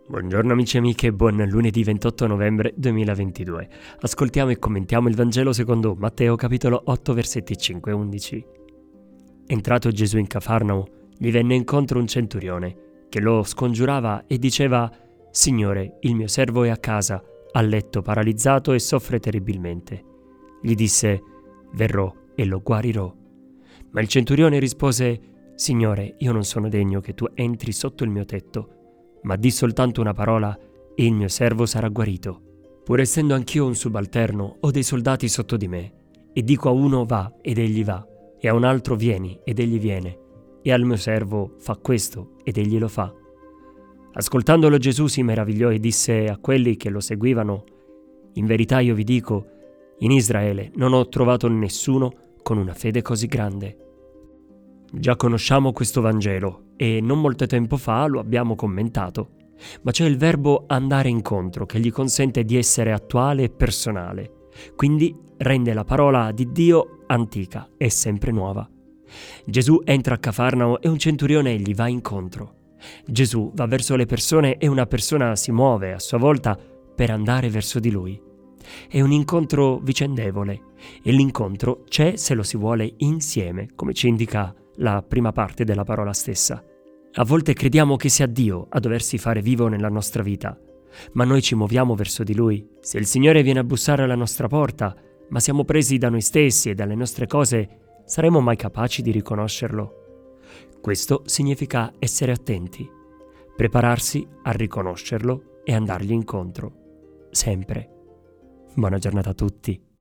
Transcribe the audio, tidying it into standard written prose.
Buongiorno amici e amiche, buon lunedì 28 novembre 2022. Ascoltiamo e commentiamo il Vangelo secondo Matteo capitolo 8 versetti 5 e 11. Entrato Gesù in Cafarnao, gli venne incontro un centurione che lo scongiurava e diceva: «Signore, il mio servo è a casa, a letto paralizzato e soffre terribilmente». Gli disse: «Verrò e lo guarirò». Ma il centurione rispose: «Signore, io non sono degno che tu entri sotto il mio tetto, ma di soltanto una parola e il mio servo sarà guarito. Pur essendo anch'io un subalterno, ho dei soldati sotto di me, e dico a uno va ed egli va, e a un altro vieni ed egli viene, e al mio servo fa questo ed egli lo fa». Ascoltandolo Gesù si meravigliò e disse a quelli che lo seguivano: «In verità io vi dico, in Israele non ho trovato nessuno con una fede così grande». Già conosciamo questo Vangelo e non molto tempo fa lo abbiamo commentato, ma c'è il verbo andare incontro che gli consente di essere attuale e personale, quindi rende la parola di Dio antica e sempre nuova. Gesù entra a Cafarnao e un centurione gli va incontro. Gesù va verso le persone e una persona si muove a sua volta per andare verso di lui. È un incontro vicendevole e l'incontro c'è se lo si vuole insieme, come ci indica la prima parte della parola stessa. A volte crediamo che sia Dio a doversi fare vivo nella nostra vita, ma noi ci muoviamo verso di Lui. Se il Signore viene a bussare alla nostra porta, ma siamo presi da noi stessi e dalle nostre cose, saremo mai capaci di riconoscerlo? Questo significa essere attenti, prepararsi a riconoscerlo e andargli incontro. Sempre. Buona giornata a tutti.